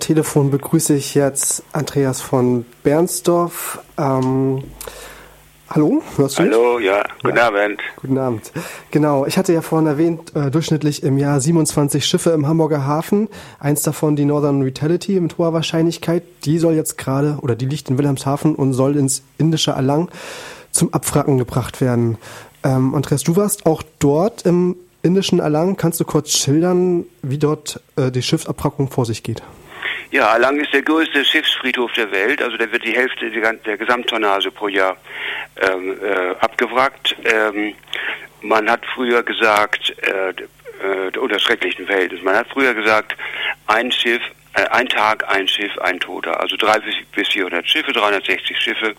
Telefon begrüße ich jetzt Andreas von Bernsdorf. Hallo, hörst du mich? Hallo, ja, guten Abend. Guten Abend. Genau, ich hatte ja vorhin erwähnt, durchschnittlich im Jahr 27 Schiffe im Hamburger Hafen. Eins davon, die Northern Vitality mit hoher Wahrscheinlichkeit. Die soll jetzt gerade, oder die liegt in Wilhelmshaven und soll ins indische Alang zum Abwracken gebracht werden. Andreas, du warst auch dort im indischen Alang. Kannst du kurz schildern, wie dort die Schiffsabwrackung vor sich geht? Ja, Alang ist der größte Schiffsfriedhof der Welt, also da wird die Hälfte der Gesamttonnage pro Jahr abgewrackt. Man hat früher gesagt, unter schrecklichen Verhältnissen, man hat früher gesagt, ein Tag, ein Schiff, ein Toter. Also 300 bis 400 Schiffe, 360 Schiffe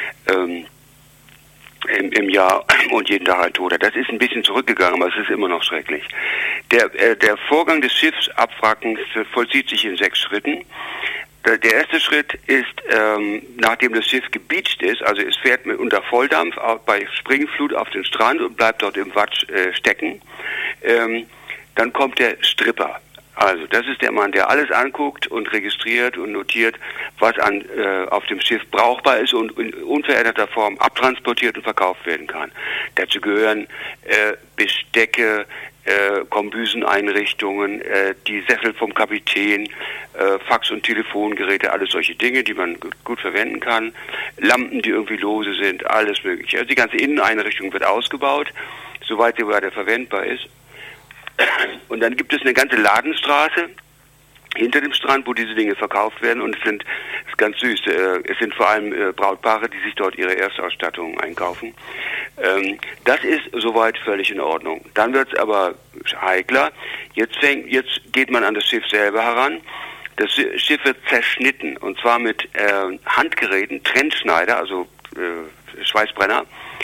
im Jahr und jeden Tag ein Toter. Das ist ein bisschen zurückgegangen, aber es ist immer noch schrecklich. Der Vorgang des Schiffsabwrackens vollzieht sich in 6 Schritten. Der erste Schritt ist, nachdem das Schiff gebeacht ist, also es fährt unter Volldampf bei Springflut auf den Strand und bleibt dort im Watt stecken. Dann kommt der Stripper. Also das ist der Mann, der alles anguckt und registriert und notiert, was auf dem Schiff brauchbar ist und in unveränderter Form abtransportiert und verkauft werden kann. Dazu gehören Bestecke, Kombüseneinrichtungen, die Sessel vom Kapitän, Fax- und Telefongeräte, alles solche Dinge, die man gut verwenden kann, Lampen, die irgendwie lose sind, alles mögliche. Also die ganze Inneneinrichtung wird ausgebaut, soweit sie weiter verwendbar ist. Und dann gibt es eine ganze Ladenstraße hinter dem Strand, wo diese Dinge verkauft werden, und es ist ganz süß. Es sind vor allem Brautpaare, die sich dort ihre Erstausstattung einkaufen. Das ist soweit völlig in Ordnung. Dann wird es aber heikler. Jetzt geht man an das Schiff selber heran. Das Schiff wird zerschnitten, und zwar mit Handgeräten, Trennschneider, also Schweißbrenner,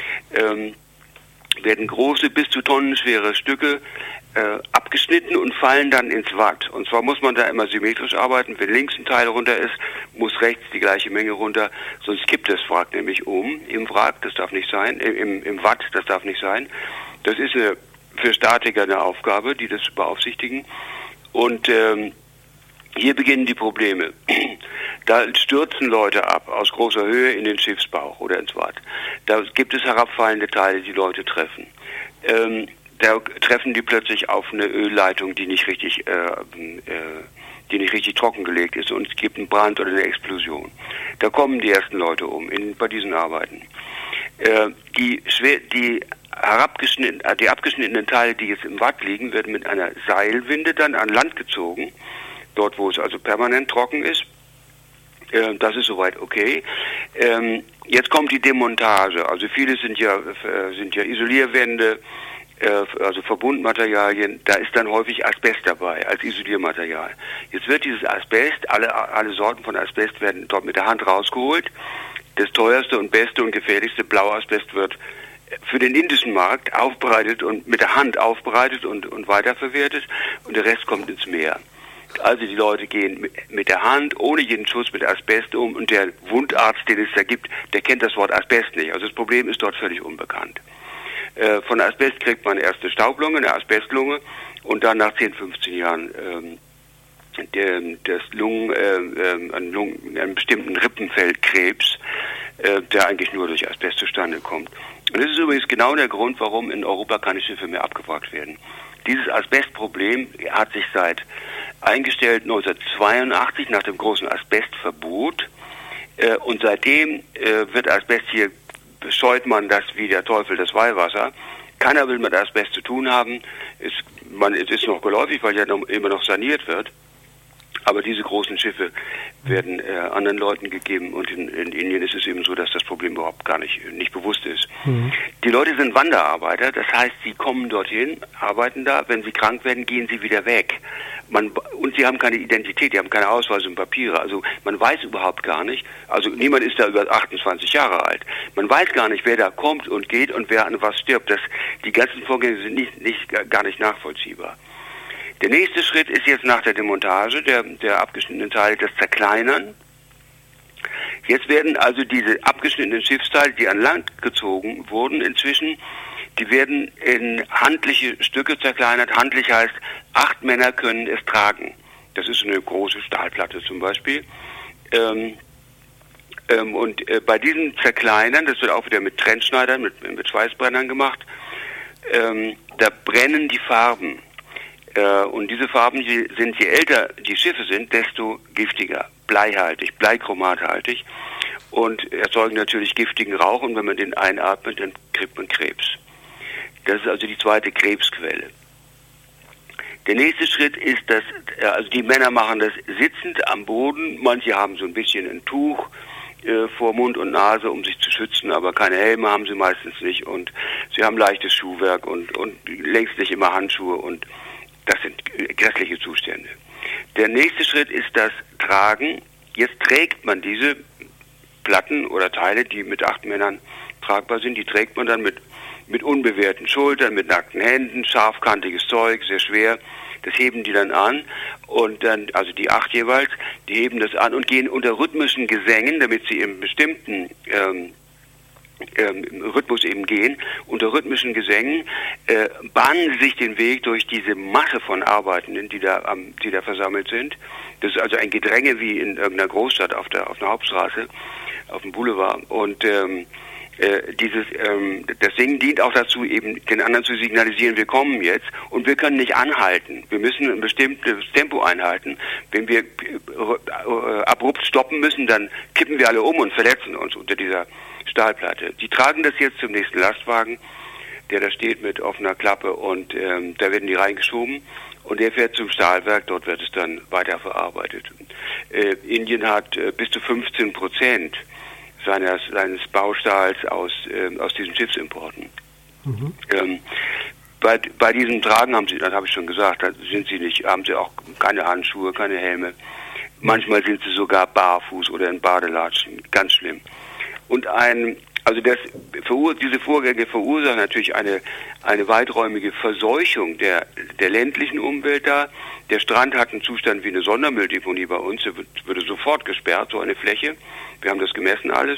werden große, bis zu tonnenschwere Stücke abgeschnitten und fallen dann ins Watt. Und zwar muss man da immer symmetrisch arbeiten. Wenn links ein Teil runter ist, muss rechts die gleiche Menge runter. Sonst kippt das Wrack nämlich im Wrack. Das darf nicht sein. Im Watt, das darf nicht sein. Das ist für Statiker eine Aufgabe, die das beaufsichtigen. Und hier beginnen die Probleme. Da stürzen Leute ab aus großer Höhe in den Schiffsbauch oder ins Watt. Da gibt es herabfallende Teile, die Leute treffen. Da treffen die plötzlich auf eine Ölleitung, die nicht richtig trockengelegt ist, und es gibt einen Brand oder eine Explosion. Da kommen die ersten Leute bei diesen Arbeiten. Die abgeschnittenen Teile, die jetzt im Watt liegen, werden mit einer Seilwinde dann an Land gezogen, dort wo es also permanent trocken ist. Das ist soweit okay. Jetzt kommt die Demontage. Also viele sind ja Isolierwände, also Verbundmaterialien. Da ist dann häufig Asbest dabei als Isoliermaterial. Jetzt wird dieses Asbest, alle Sorten von Asbest werden dort mit der Hand rausgeholt. Das teuerste und beste und gefährlichste Blauasbest wird für den indischen Markt aufbereitet und mit der Hand aufbereitet und weiterverwertet, und der Rest kommt ins Meer. Also die Leute gehen mit der Hand, ohne jeden Schutz, mit Asbest um, und der Wundarzt, den es da gibt, der kennt das Wort Asbest nicht. Also das Problem ist dort völlig unbekannt. Von Asbest kriegt man erst eine Staublunge, eine Asbestlunge, und dann nach 10, 15 Jahren einen bestimmten Rippenfellkrebs, der eigentlich nur durch Asbest zustande kommt. Und das ist übrigens genau der Grund, warum in Europa keine Schiffe mehr abgewrackt werden. Dieses Asbestproblem hat sich eingestellt 1982 nach dem großen Asbestverbot, und seitdem wird Asbest hier, scheut man das wie der Teufel das Weihwasser. Keiner will mit Asbest zu tun haben. Es ist noch geläufig, weil ja immer noch saniert wird. Aber diese großen Schiffe werden anderen Leuten gegeben, und in Indien ist es eben so, dass das Problem überhaupt gar nicht bewusst ist. Mhm. Die Leute sind Wanderarbeiter, das heißt, sie kommen dorthin, arbeiten da, wenn sie krank werden, gehen sie wieder weg. Und sie haben keine Identität, die haben keine Ausweise und Papiere, also man weiß überhaupt gar nicht, also niemand ist da über 28 Jahre alt. Man weiß gar nicht, wer da kommt und geht und wer an was stirbt. Die ganzen Vorgänge sind gar nicht nachvollziehbar. Der nächste Schritt ist jetzt nach der Demontage der abgeschnittenen Teile das Zerkleinern. Jetzt werden also diese abgeschnittenen Schiffsteile, die an Land gezogen wurden inzwischen, die werden in handliche Stücke zerkleinert. Handlich heißt, 8 Männer können es tragen. Das ist eine große Stahlplatte zum Beispiel. Bei diesem Zerkleinern, das wird auch wieder mit Trennschneidern, mit Schweißbrennern gemacht, da brennen die Farben. Und diese Farben, je älter die Schiffe sind, desto giftiger, bleihaltig, bleichromathaltig und erzeugen natürlich giftigen Rauch, und wenn man den einatmet, dann kriegt man Krebs. Das ist also die zweite Krebsquelle. Der nächste Schritt ist, dass also die Männer machen das sitzend am Boden. Manche haben so ein bisschen ein Tuch vor Mund und Nase, um sich zu schützen, aber keine Helme haben sie meistens nicht, und sie haben leichtes Schuhwerk und längst nicht immer Handschuhe, und das sind grässliche Zustände. Der nächste Schritt ist das Tragen. Jetzt trägt man diese Platten oder Teile, die mit 8 Männern tragbar sind, die trägt man dann mit unbewehrten Schultern, mit nackten Händen, scharfkantiges Zeug, sehr schwer. Das heben die dann an, und dann, also die 8 jeweils, die heben das an und gehen unter rhythmischen Gesängen, damit sie im bestimmten Rhythmus eben gehen. Unter rhythmischen Gesängen bahnen sie sich den Weg durch diese Masse von Arbeitenden, die da versammelt sind. Das ist also ein Gedränge wie in irgendeiner Großstadt auf der Hauptstraße, auf dem Boulevard. Und das Singen dient auch dazu, eben den anderen zu signalisieren, wir kommen jetzt, und wir können nicht anhalten. Wir müssen ein bestimmtes Tempo einhalten. Wenn wir abrupt stoppen müssen, dann kippen wir alle um und verletzen uns unter dieser Stahlplatte. Die tragen das jetzt zum nächsten Lastwagen, der da steht mit offener Klappe, und da werden die reingeschoben, und der fährt zum Stahlwerk, dort wird es dann weiterverarbeitet. Indien hat bis zu 15% seines Baustahls aus diesen Schiffsimporten. Mhm. Bei diesem Tragen haben sie, das habe ich schon gesagt, haben sie auch keine Handschuhe, keine Helme. Manchmal sind sie sogar barfuß oder in Badelatschen, ganz schlimm. Und diese Vorgänge verursachen natürlich eine weiträumige Verseuchung der ländlichen Umwelt da. Der Strand hat einen Zustand wie eine Sondermülldeponie bei uns. Er würde sofort gesperrt, so eine Fläche. Wir haben das gemessen alles.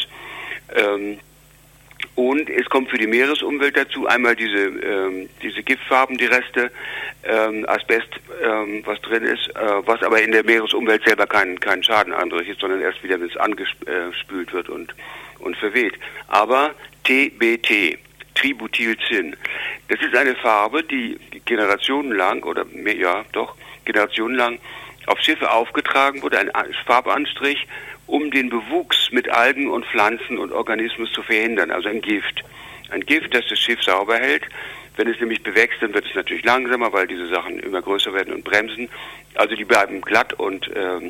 Und es kommt für die Meeresumwelt dazu einmal diese Giftfarben, die Reste, Asbest, was drin ist, was aber in der Meeresumwelt selber keinen Schaden anrichtet, sondern erst wieder, wenn es angespült wird und verweht. Aber TBT, Tributylzin, das ist eine Farbe, die generationenlang auf Schiffe aufgetragen wurde, ein Farbanstrich, um den Bewuchs mit Algen und Pflanzen und Organismus zu verhindern, also ein Gift. Ein Gift, das das Schiff sauber hält. Wenn es nämlich bewächst, dann wird es natürlich langsamer, weil diese Sachen immer größer werden und bremsen. Also die bleiben glatt und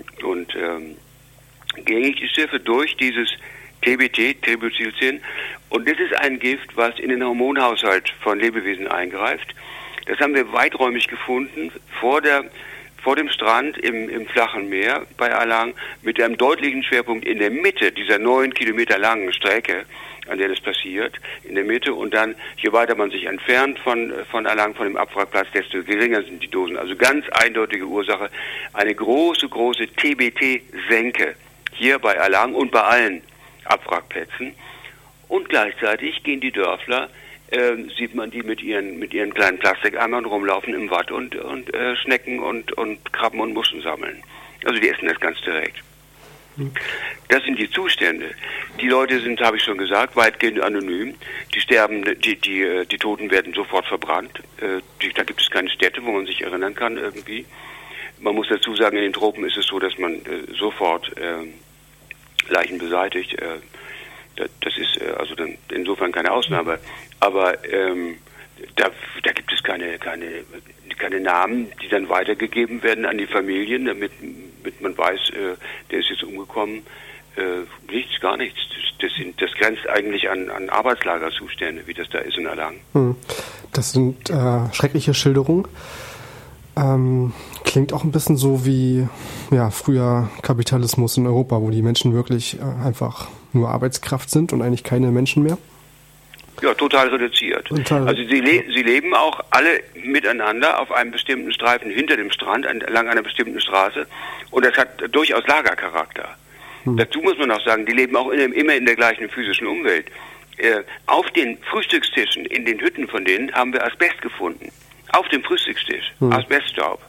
gängig, die Schiffe, durch dieses TBT, Tributylzin. Und das ist ein Gift, was in den Hormonhaushalt von Lebewesen eingreift. Das haben wir weiträumig gefunden, vor dem Strand im flachen Meer bei Alang, mit einem deutlichen Schwerpunkt in der Mitte dieser 9 Kilometer langen Strecke, an der das passiert, in der Mitte, und dann, je weiter man sich entfernt von Alang, von dem Abwrackplatz, desto geringer sind die Dosen. Also ganz eindeutige Ursache, eine große TBT-Senke hier bei Alang und bei allen Abwrackplätzen. Und gleichzeitig gehen die Dörfler, sieht man die mit ihren kleinen Plastikeimern rumlaufen im Watt und Schnecken und Krabben und Muschen sammeln. Also die essen das ganz direkt. Das sind die Zustände. Die Leute sind, habe ich schon gesagt, weitgehend anonym. Die sterben, die Toten werden sofort verbrannt. Da gibt es keine Stätte, wo man sich erinnern kann irgendwie. Man muss dazu sagen, in den Tropen ist es so, dass man sofort Leichen beseitigt. Das ist also dann insofern keine Ausnahme. Aber da gibt es keine Namen, die dann weitergegeben werden an die Familien, damit man weiß, der ist jetzt umgekommen. Nichts, gar nichts. Das grenzt eigentlich an Arbeitslagerzustände, wie das da ist in Alang. Das sind schreckliche Schilderungen. Klingt auch ein bisschen so wie früher Kapitalismus in Europa, wo die Menschen wirklich einfach nur Arbeitskraft sind und eigentlich keine Menschen mehr. Ja, total reduziert. Also sie leben auch alle miteinander auf einem bestimmten Streifen hinter dem Strand, entlang einer bestimmten Straße, und das hat durchaus Lagercharakter. Dazu muss man auch sagen, die leben auch immer in der gleichen physischen Umwelt. Auf den Frühstückstischen, in den Hütten von denen, haben wir Asbest gefunden. Auf dem Frühstückstisch, Asbeststaub.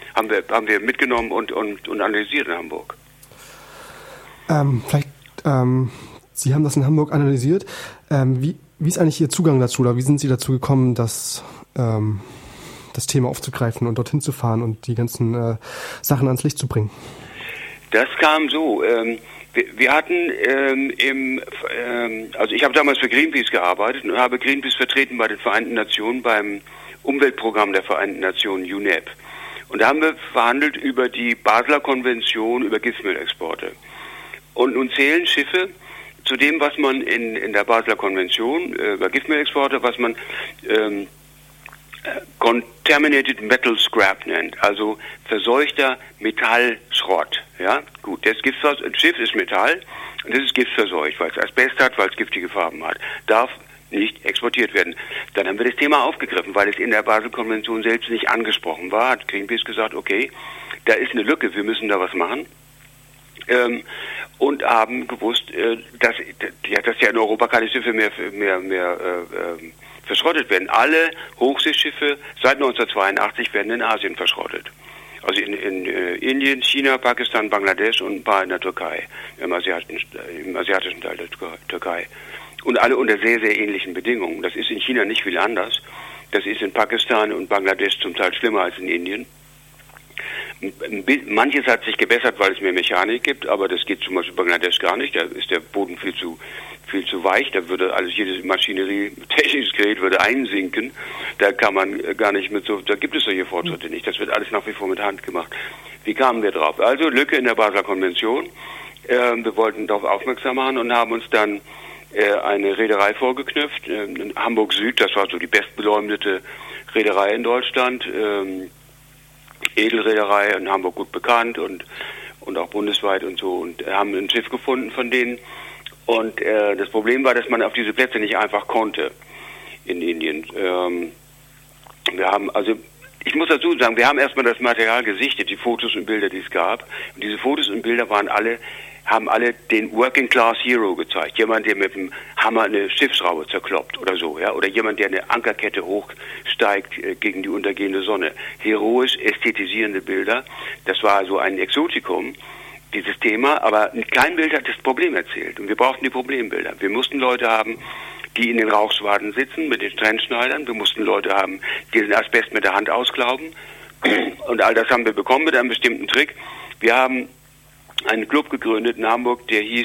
haben wir mitgenommen und analysiert in Hamburg. Sie haben das in Hamburg analysiert. Wie ist eigentlich Ihr Zugang dazu, oder wie sind Sie dazu gekommen, das Thema aufzugreifen und dorthin zu fahren und die ganzen Sachen ans Licht zu bringen? Das kam so. Wir hatten also ich habe damals für Greenpeace gearbeitet und habe Greenpeace vertreten bei den Vereinten Nationen beim Umweltprogramm der Vereinten Nationen UNEP. Und da haben wir verhandelt über die Basler Konvention über Giftmüllexporte. Und nun zählen Schiffe zu dem, was man in der Basler Konvention über Giftmüllexporte, was man Contaminated Metal Scrap nennt, also verseuchter Metallschrott. Ja, gut, ein Schiff ist Metall und das ist giftverseucht, weil es Asbest hat, weil es giftige Farben hat. Darf nicht exportiert werden. Dann haben wir das Thema aufgegriffen, weil es in der Basel-Konvention selbst nicht angesprochen war, hat Greenpeace gesagt, okay, da ist eine Lücke, wir müssen da was machen. Und haben gewusst, dass ja in Europa keine Schiffe mehr verschrottet werden. Alle Hochseeschiffe seit 1982 werden in Asien verschrottet. Also in Indien, China, Pakistan, Bangladesch und ein paar in der Türkei, im asiatischen Teil der Türkei. Und alle unter sehr, sehr ähnlichen Bedingungen. Das ist in China nicht viel anders. Das ist in Pakistan und Bangladesch zum Teil schlimmer als in Indien. Manches hat sich gebessert, weil es mehr Mechanik gibt, aber das geht zum Beispiel in Bangladesch gar nicht. Da ist der Boden viel zu weich. Da würde jede Maschinerie, technisches Gerät würde einsinken. Da kann man gar nicht da gibt es solche Fortschritte nicht. Das wird alles nach wie vor mit Hand gemacht. Wie kamen wir drauf? Also Lücke in der Basler Konvention. Wir wollten darauf aufmerksam machen und haben uns dann eine Reederei vorgeknüpft. Hamburg Süd, das war so die bestbeleumdete Reederei in Deutschland. Edelreederei in Hamburg gut bekannt und auch bundesweit und so, und haben ein Schiff gefunden von denen. Und das Problem war, dass man auf diese Plätze nicht einfach konnte in Indien. Ich muss dazu sagen, wir haben erstmal das Material gesichtet, die Fotos und Bilder, die es gab. Und diese Fotos und Bilder haben alle den Working Class Hero gezeigt. Jemand, der mit dem Hammer eine Schiffsschraube zerkloppt oder so, ja, oder jemand, der eine Ankerkette hochsteigt gegen die untergehende Sonne. Heroisch ästhetisierende Bilder. Das war so ein Exotikum, dieses Thema, aber kein Bild hat das Problem erzählt. Und wir brauchten die Problembilder. Wir mussten Leute haben, die in den Rauchschwaden sitzen mit den Trennschneidern. Wir mussten Leute haben, die den Asbest mit der Hand ausglauben. Und all das haben wir bekommen mit einem bestimmten Trick. Wir haben einen Club gegründet in Hamburg, der hieß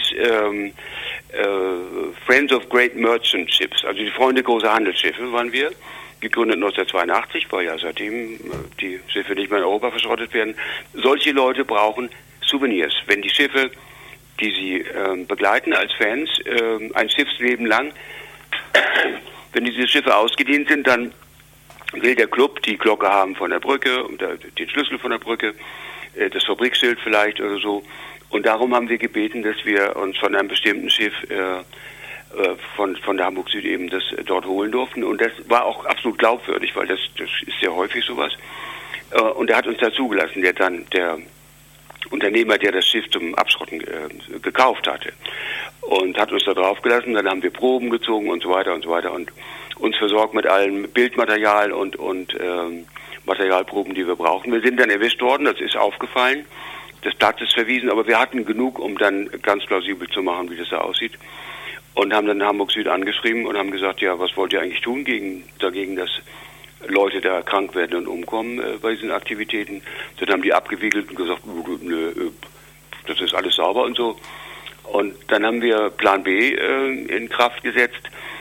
Friends of Great Merchant Ships, also die Freunde großer Handelsschiffe waren wir, gegründet 1982, weil ja seitdem die Schiffe nicht mehr in Europa verschrottet werden. Solche Leute brauchen Souvenirs. Wenn die Schiffe, die sie begleiten als Fans, ein Schiffsleben lang, wenn diese Schiffe ausgedient sind, dann will der Club die Glocke haben von der Brücke und den Schlüssel von der Brücke, das Fabrikschild vielleicht oder so. Und darum haben wir gebeten, dass wir uns von einem bestimmten Schiff von der Hamburg Süd eben das dort holen durften. Und das war auch absolut glaubwürdig, weil das ist sehr häufig sowas. Und er hat uns da zugelassen, der Unternehmer, der das Schiff zum Abschrotten gekauft hatte. Und hat uns da drauf gelassen. Dann haben wir Proben gezogen und so weiter und uns versorgt mit allem Bildmaterial und Materialproben, die wir brauchen. Wir sind dann erwischt worden, das ist aufgefallen. Das Blatt ist verwiesen, aber wir hatten genug, um dann ganz plausibel zu machen, wie das da aussieht. Und haben dann Hamburg Süd angeschrieben und haben gesagt, ja, was wollt ihr eigentlich tun dagegen, dass Leute da krank werden und umkommen bei diesen Aktivitäten. Dann haben die abgewiegelt und gesagt, nö, das ist alles sauber und so. Und dann haben wir Plan B in Kraft gesetzt,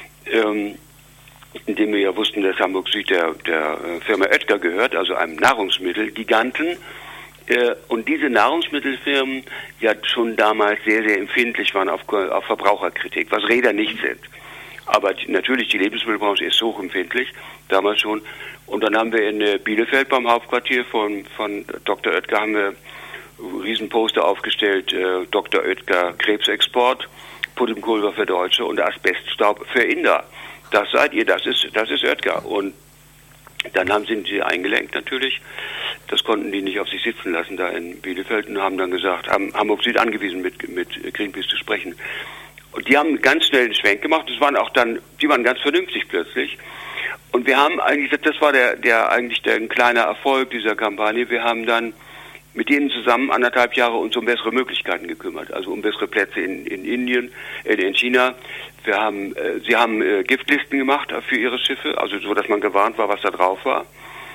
indem wir ja wussten, dass Hamburg Süd der Firma Oetker gehört, also einem Nahrungsmittelgiganten. Und diese Nahrungsmittelfirmen ja schon damals sehr, sehr empfindlich waren auf Verbraucherkritik, was Räder nicht sind. Aber natürlich, die Lebensmittelbranche ist hochempfindlich, damals schon. Und dann haben wir in Bielefeld beim Hauptquartier von Dr. Oetker haben wir Riesenposter aufgestellt, Dr. Oetker Krebsexport, Puddingpulver für Deutsche und Asbeststaub für Inder. Das seid ihr, das ist Oetker. Und dann sind sie eingelenkt natürlich. Das konnten die nicht auf sich sitzen lassen da in Bielefeld und haben dann gesagt, haben Hamburg Süd angewiesen, mit Greenpeace zu sprechen. Und die haben ganz schnell einen Schwenk gemacht. Die waren ganz vernünftig plötzlich Und wir haben eigentlich, das war eigentlich ein kleiner Erfolg dieser Kampagne. Wir haben dann mit denen zusammen 1,5 Jahre uns um bessere Möglichkeiten gekümmert, also um bessere Plätze in Indien, in China. Sie haben Giftlisten gemacht für ihre Schiffe, also so, dass man gewarnt war, was da drauf war.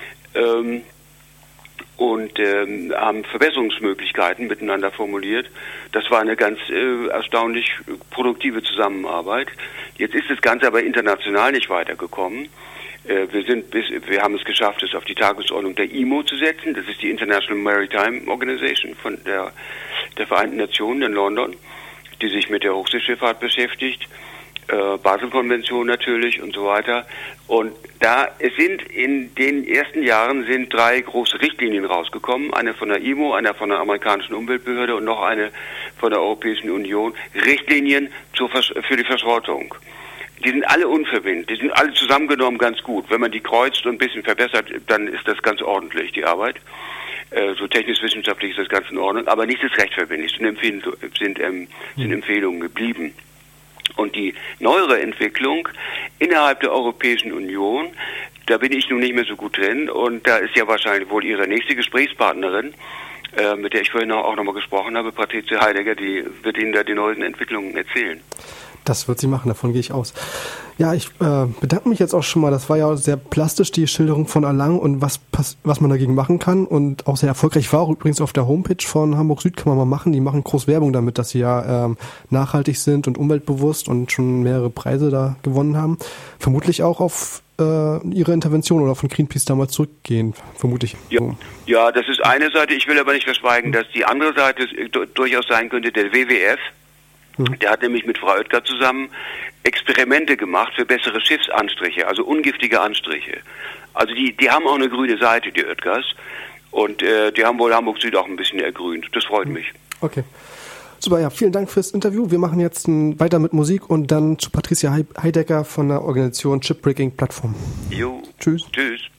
Und haben Verbesserungsmöglichkeiten miteinander formuliert. Das war eine ganz erstaunlich produktive Zusammenarbeit. Jetzt ist das Ganze aber international nicht weitergekommen. Wir haben es geschafft, es auf die Tagesordnung der IMO zu setzen. Das ist die International Maritime Organization von der Vereinten Nationen in London, die sich mit der Hochseeschifffahrt beschäftigt. Basel-Konvention natürlich und so weiter. Und in den ersten Jahren sind 3 große Richtlinien rausgekommen. Eine von der IMO, eine von der amerikanischen Umweltbehörde und noch eine von der Europäischen Union. Richtlinien für die Verschrottung. Die sind alle unverbindlich, die sind alle zusammengenommen ganz gut. Wenn man die kreuzt und ein bisschen verbessert, dann ist das ganz ordentlich, die Arbeit. So technisch-wissenschaftlich ist das ganz in Ordnung, aber nichts ist rechtsverbindlich, sind Empfehlungen geblieben. Und die neuere Entwicklung innerhalb der Europäischen Union, da bin ich nun nicht mehr so gut drin und da ist ja wahrscheinlich wohl Ihre nächste Gesprächspartnerin, mit der ich vorhin auch nochmal gesprochen habe, Patricia Heidegger, die wird Ihnen da die neuesten Entwicklungen erzählen. Das wird sie machen, davon gehe ich aus. Ja, ich bedanke mich jetzt auch schon mal. Das war ja sehr plastisch, die Schilderung von Erlangen und was man dagegen machen kann und auch sehr erfolgreich war. Auch übrigens auf der Homepage von Hamburg Süd kann man mal machen. Die machen groß Werbung damit, dass sie ja nachhaltig sind und umweltbewusst und schon mehrere Preise da gewonnen haben. Vermutlich auch auf ihre Intervention oder von Greenpeace damals zurückgehen, vermute ich. Ja, das ist eine Seite. Ich will aber nicht verschweigen, dass die andere Seite durchaus sein könnte, der WWF. Der hat nämlich mit Frau Oetker zusammen Experimente gemacht für bessere Schiffsanstriche, also ungiftige Anstriche. Also die haben auch eine grüne Seite, die Oetkers. Und die haben wohl Hamburg Süd auch ein bisschen ergrünt. Das freut mich. Okay. Super, ja, vielen Dank fürs Interview. Wir machen jetzt weiter mit Musik und dann zu Patricia Heidegger von der Organisation Shipbreaking Plattform. Jo. Tschüss. Tschüss.